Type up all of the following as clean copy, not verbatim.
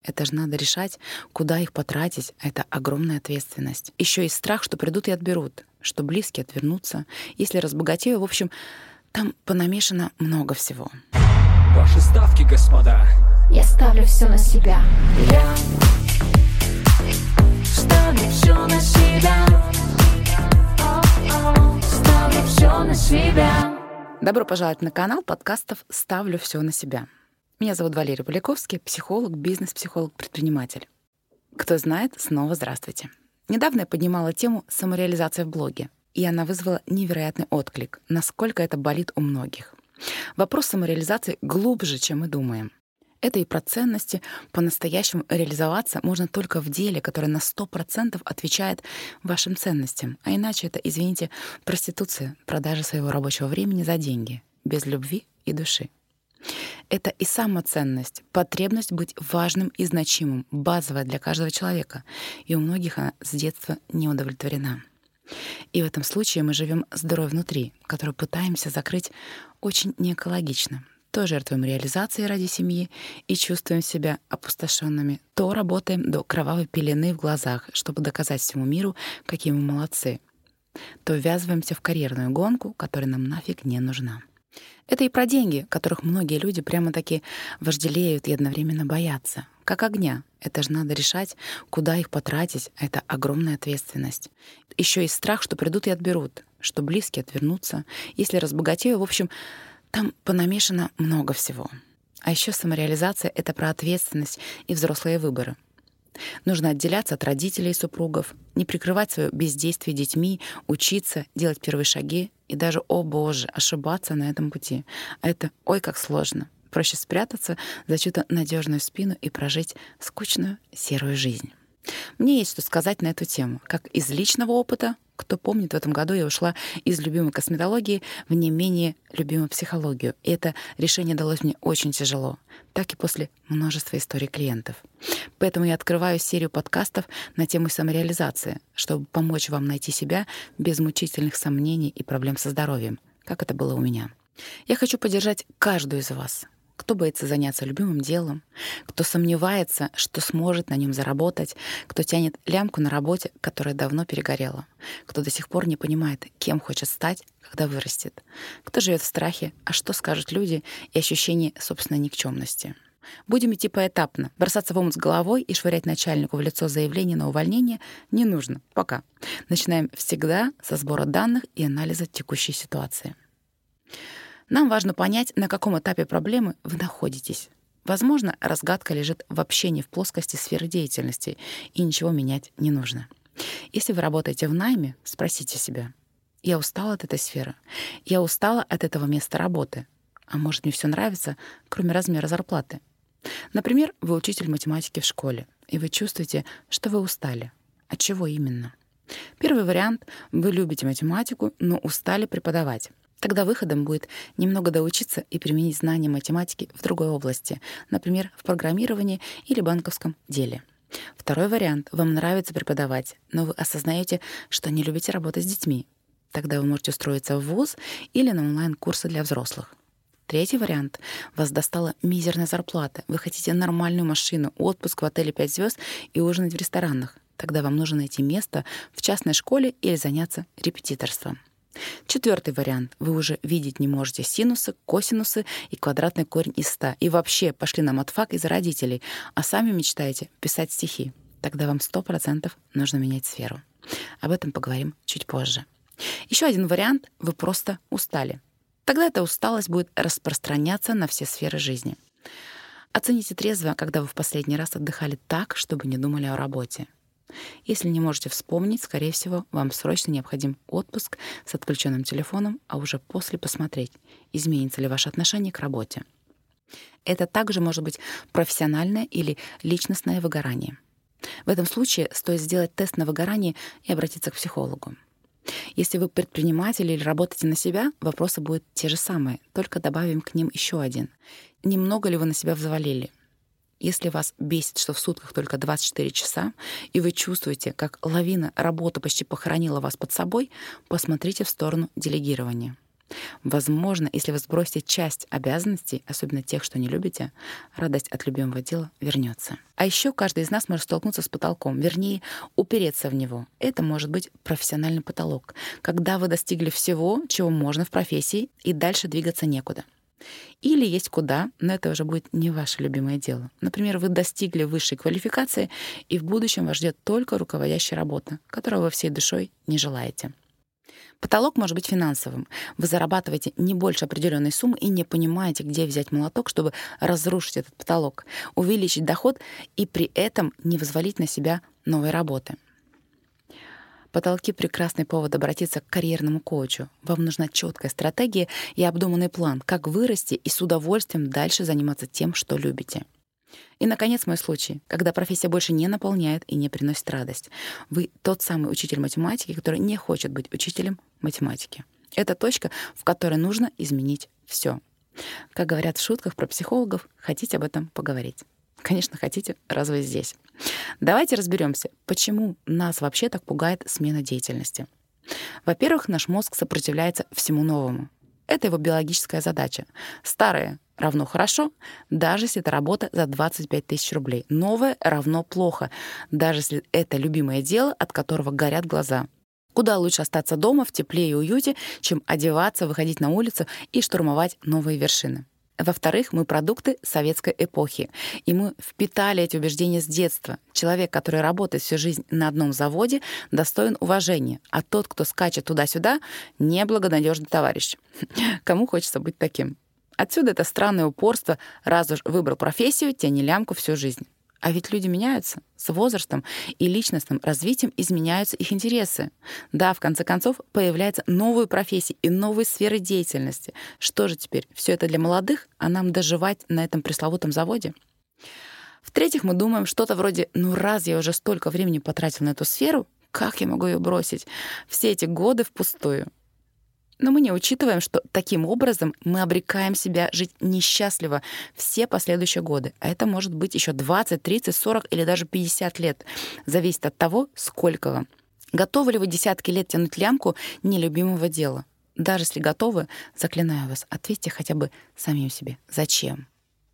Это же надо решать, куда их потратить, а это огромная ответственность. Еще есть страх, что придут и отберут, что близкие отвернутся. Если разбогатею, в общем, там понамешано много всего. Ваши ставки, господа. Я ставлю все на себя. Я ставлю все на себя. Ставлю все на себя. Добро пожаловать на канал подкастов «Ставлю все на себя». Меня зовут Валерий Поляковский, психолог, бизнес-психолог, предприниматель. Кто знает, снова здравствуйте. Недавно я поднимала тему самореализации в блоге, и она вызвала невероятный отклик, насколько это болит у многих. Вопрос самореализации глубже, чем мы думаем. Это и про ценности. По-настоящему реализоваться можно только в деле, которое на 100% отвечает вашим ценностям. А иначе это, извините, проституция, продажа своего рабочего времени за деньги, без любви и души. Это и самоценность, потребность быть важным и значимым, базовая для каждого человека. И у многих она с детства не удовлетворена. И в этом случае мы живем с дырой внутри, которую пытаемся закрыть очень неэкологично. То жертвуем реализацией ради семьи и чувствуем себя опустошенными, то работаем до кровавой пелены в глазах, чтобы доказать всему миру, какие мы молодцы, то ввязываемся в карьерную гонку, которая нам нафиг не нужна. Это и про деньги, которых многие люди прямо-таки вожделеют и одновременно боятся. Как огня. Это же надо решать, куда их потратить, а это огромная ответственность. Еще есть страх, что придут и отберут, что близкие отвернутся. Если разбогатею, в общем, там понамешано много всего. А еще самореализация — это про ответственность и взрослые выборы. Нужно отделяться от родителей и супругов, не прикрывать свое бездействие детьми, учиться, делать первые шаги и даже, о боже, ошибаться на этом пути. А это ой как сложно. Проще спрятаться за чью-то надежную спину и прожить скучную серую жизнь. Мне есть что сказать на эту тему, как из личного опыта. Кто помнит, в этом году я ушла из любимой косметологии в не менее любимую психологию. И это решение далось мне очень тяжело, так и после множества историй клиентов. Поэтому я открываю серию подкастов на тему самореализации, чтобы помочь вам найти себя без мучительных сомнений и проблем со здоровьем, как это было у меня. Я хочу поддержать каждую из вас, кто боится заняться любимым делом, кто сомневается, что сможет на нем заработать, кто тянет лямку на работе, которая давно перегорела, кто до сих пор не понимает, кем хочет стать, когда вырастет, кто живет в страхе, а что скажут люди, и ощущении собственной никчемности. Будем идти поэтапно. Бросаться в омут с головой и швырять начальнику в лицо заявление на увольнение не нужно. Пока. Начинаем всегда со сбора данных и анализа текущей ситуации. Нам важно понять, на каком этапе проблемы вы находитесь. Возможно, разгадка лежит вообще не в плоскости сферы деятельности, и ничего менять не нужно. Если вы работаете в найме, спросите себя: я устала от этой сферы, я устала от этого места работы, а может, мне все нравится, кроме размера зарплаты. Например, вы учитель математики в школе, и вы чувствуете, что вы устали. От чего именно? Первый вариант — вы любите математику, но устали преподавать. Тогда выходом будет немного доучиться и применить знания математики в другой области, например, в программировании или банковском деле. Второй вариант — вам нравится преподавать, но вы осознаете, что не любите работать с детьми. Тогда вы можете устроиться в вуз или на онлайн-курсы для взрослых. Третий вариант — вас достала мизерная зарплата, вы хотите нормальную машину, отпуск в отеле 5 звезд и ужинать в ресторанах. Тогда вам нужно найти место в частной школе или заняться репетиторством. Четвертый вариант. Вы уже видеть не можете синусы, косинусы и квадратный корень из 100. И вообще пошли на матфак из-за родителей, а сами мечтаете писать стихи. Тогда вам 100% нужно менять сферу. Об этом поговорим чуть позже. Еще один вариант. Вы просто устали. Тогда эта усталость будет распространяться на все сферы жизни. Оцените трезво, когда вы в последний раз отдыхали так, чтобы не думали о работе. Если не можете вспомнить, скорее всего, вам срочно необходим отпуск с отключенным телефоном, а уже после посмотреть, изменится ли ваше отношение к работе. Это также может быть профессиональное или личностное выгорание. В этом случае стоит сделать тест на выгорание и обратиться к психологу. Если вы предприниматель или работаете на себя, вопросы будут те же самые, только добавим к ним еще один. Немного ли вы на себя взвалили? Если вас бесит, что в сутках только 24 часа, и вы чувствуете, как лавина работы почти похоронила вас под собой, посмотрите в сторону делегирования. Возможно, если вы сбросите часть обязанностей, особенно тех, что не любите, радость от любимого дела вернется. А еще каждый из нас может столкнуться с потолком, вернее, упереться в него. Это может быть профессиональный потолок, когда вы достигли всего, чего можно в профессии, и дальше двигаться некуда. Или есть куда, но это уже будет не ваше любимое дело. Например, вы достигли высшей квалификации, и в будущем вас ждет только руководящая работа, которую вы всей душой не желаете. Потолок может быть финансовым. Вы зарабатываете не больше определенной суммы и не понимаете, где взять молоток, чтобы разрушить этот потолок, увеличить доход и при этом не взвалить на себя новой работы. Потолки — прекрасный повод обратиться к карьерному коучу. Вам нужна четкая стратегия и обдуманный план, как вырасти и с удовольствием дальше заниматься тем, что любите. И, наконец, мой случай, когда профессия больше не наполняет и не приносит радость. Вы тот самый учитель математики, который не хочет быть учителем математики. Это точка, в которой нужно изменить все. Как говорят в шутках про психологов, хотите об этом поговорить? Конечно, хотите, раз вы здесь. Давайте разберемся, почему нас вообще так пугает смена деятельности. Во-первых, наш мозг сопротивляется всему новому. Это его биологическая задача. Старое равно хорошо, даже если это работа за 25 тысяч рублей. Новое равно плохо, даже если это любимое дело, от которого горят глаза. Куда лучше остаться дома в тепле и уюте, чем одеваться, выходить на улицу и штурмовать новые вершины. Во-вторых, мы продукты советской эпохи, и мы впитали эти убеждения с детства. Человек, который работает всю жизнь на одном заводе, достоин уважения, а тот, кто скачет туда-сюда, неблагонадежный товарищ. Кому хочется быть таким? Отсюда это странное упорство: раз уж выбрал профессию, тяни лямку всю жизнь. А ведь люди меняются. С возрастом и личностным развитием изменяются их интересы. Да, в конце концов, появляются новые профессии и новые сферы деятельности. Что же теперь? Все это для молодых, а нам доживать на этом пресловутом заводе? В-третьих, мы думаем что-то вроде: раз я уже столько времени потратил на эту сферу, как я могу ее бросить? Все эти годы впустую. Но мы не учитываем, что таким образом мы обрекаем себя жить несчастливо все последующие годы. А это может быть еще 20, 30, 40 или даже 50 лет. Зависит от того, сколько вам. Готовы ли вы десятки лет тянуть лямку нелюбимого дела? Даже если готовы, заклинаю вас, ответьте хотя бы самим себе: зачем?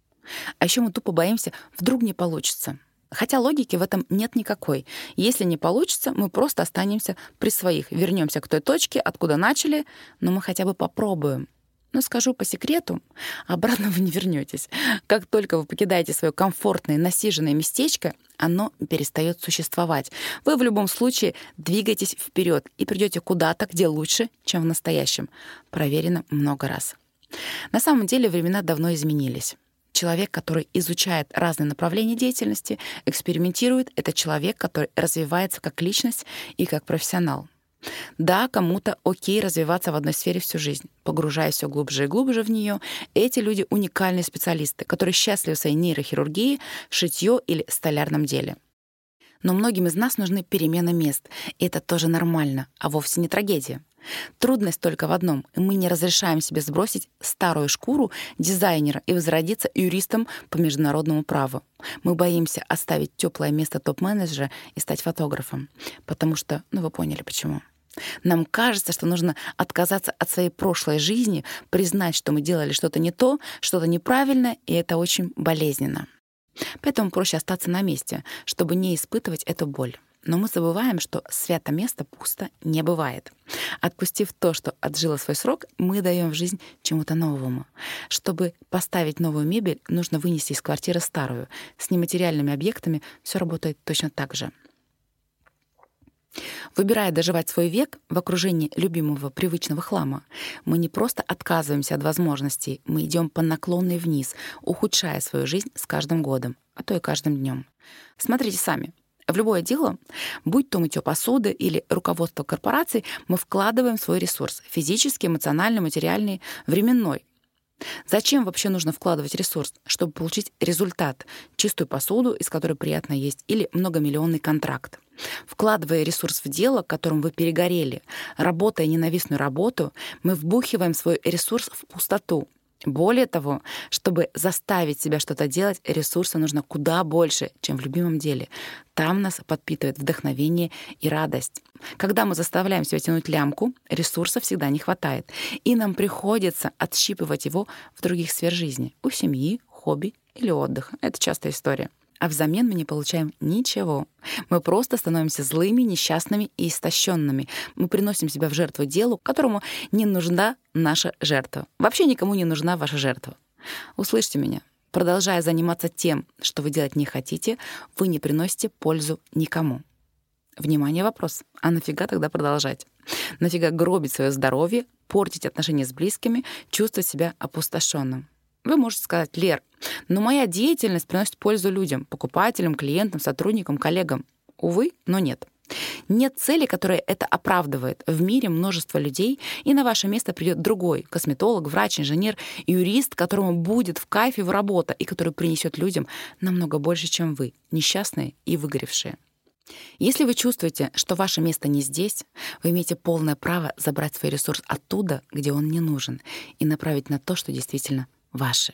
А еще мы тупо боимся, вдруг не получится. Хотя логики в этом нет никакой. Если не получится, мы просто останемся при своих, вернемся к той точке, откуда начали, но мы хотя бы попробуем. Но скажу по секрету, обратно вы не вернетесь. Как только вы покидаете свое комфортное, насиженное местечко, оно перестает существовать. Вы в любом случае двигаетесь вперед и придете куда-то, где лучше, чем в настоящем. Проверено много раз. На самом деле времена давно изменились. Человек, который изучает разные направления деятельности, экспериментирует, это человек, который развивается как личность и как профессионал. Да, кому-то окей развиваться в одной сфере всю жизнь, погружаясь все глубже и глубже в нее. Эти люди — уникальные специалисты, которые счастливы в своей нейрохирургии, шитье или столярном деле. Но многим из нас нужны перемены мест, и это тоже нормально, а вовсе не трагедия. Трудность только в одном: мы не разрешаем себе сбросить старую шкуру дизайнера и возродиться юристом по международному праву. Мы боимся оставить теплое место топ-менеджера и стать фотографом, потому что, вы поняли почему. Нам кажется, что нужно отказаться от своей прошлой жизни, признать, что мы делали что-то не то, что-то неправильно, и это очень болезненно. Поэтому проще остаться на месте, чтобы не испытывать эту боль. Но мы забываем, что свято место пусто не бывает. Отпустив то, что отжило свой срок, мы даем в жизнь чему-то новому. Чтобы поставить новую мебель, нужно вынести из квартиры старую. С нематериальными объектами все работает точно так же. Выбирая доживать свой век в окружении любимого привычного хлама, мы не просто отказываемся от возможностей, мы идем по наклонной вниз, ухудшая свою жизнь с каждым годом, а то и каждым днем. Смотрите сами. В любое дело, будь то мытье посуды или руководство корпораций, мы вкладываем свой ресурс — физический, эмоциональный, материальный, временной. Зачем вообще нужно вкладывать ресурс? Чтобы получить результат — чистую посуду, из которой приятно есть, или многомиллионный контракт. Вкладывая ресурс в дело, которым вы перегорели, работая ненавистную работу, мы вбухиваем свой ресурс в пустоту. Более того, чтобы заставить себя что-то делать, ресурса нужно куда больше, чем в любимом деле. Там нас подпитывает вдохновение и радость. Когда мы заставляем себя тянуть лямку, ресурсов всегда не хватает, и нам приходится отщипывать его в других сфер жизни, у семьи, хобби или отдыха. Это частая история. А взамен мы не получаем ничего. Мы просто становимся злыми, несчастными и истощенными. Мы приносим себя в жертву делу, которому не нужна наша жертва. Вообще никому не нужна ваша жертва. Услышьте меня. Продолжая заниматься тем, что вы делать не хотите, вы не приносите пользу никому. Внимание, вопрос. А нафига тогда продолжать? Нафига гробить свое здоровье, портить отношения с близкими, чувствовать себя опустошенным? Вы можете сказать: Лер, но моя деятельность приносит пользу людям, покупателям, клиентам, сотрудникам, коллегам. Увы, но нет. Нет цели, которая это оправдывает. В мире множество людей, и на ваше место придет другой — косметолог, врач, инженер, юрист, которому будет в кайф его работа и который принесет людям намного больше, чем вы, несчастные и выгоревшие. Если вы чувствуете, что ваше место не здесь, вы имеете полное право забрать свой ресурс оттуда, где он не нужен, и направить на то, что действительно ваше.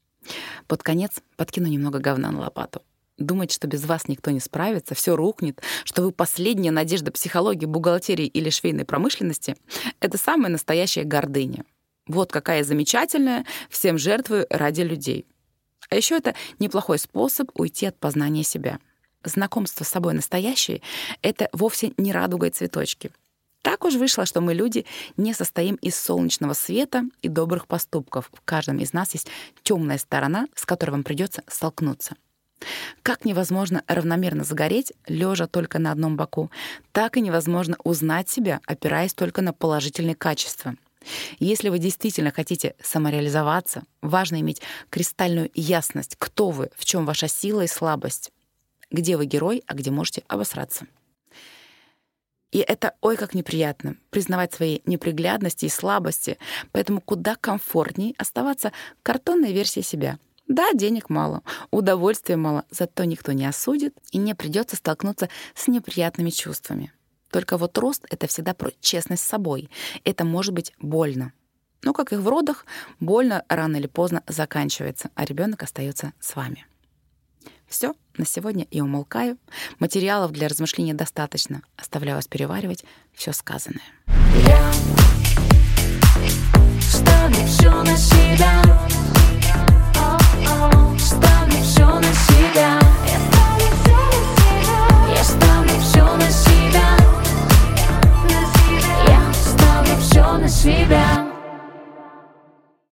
Под конец подкину немного говна на лопату. Думать, что без вас никто не справится, все рухнет, что вы последняя надежда психологии, бухгалтерии или швейной промышленности — это самая настоящая гордыня. Вот какая я замечательная, всем жертвую ради людей. А еще это неплохой способ уйти от познания себя. Знакомство с собой настоящее — это вовсе не радуга и цветочки. Так уж вышло, что мы, люди, не состоим из солнечного света и добрых поступков. В каждом из нас есть темная сторона, с которой вам придется столкнуться. Как невозможно равномерно загореть, лежа только на одном боку, так и невозможно узнать себя, опираясь только на положительные качества. Если вы действительно хотите самореализоваться, важно иметь кристальную ясность, кто вы, в чем ваша сила и слабость, где вы герой, а где можете обосраться. И это ой как неприятно — признавать свои неприглядности и слабости, поэтому куда комфортней оставаться картонной версией себя. Да, денег мало, удовольствия мало, зато никто не осудит и не придется столкнуться с неприятными чувствами. Только вот рост — это всегда про честность с собой. Это может быть больно. Но, как и в родах, больно рано или поздно заканчивается, а ребенок остается с вами. Все, на сегодня я умолкаю. Материалов для размышления достаточно. Оставляю вас переваривать все сказанное. Я ставлю всё на себя.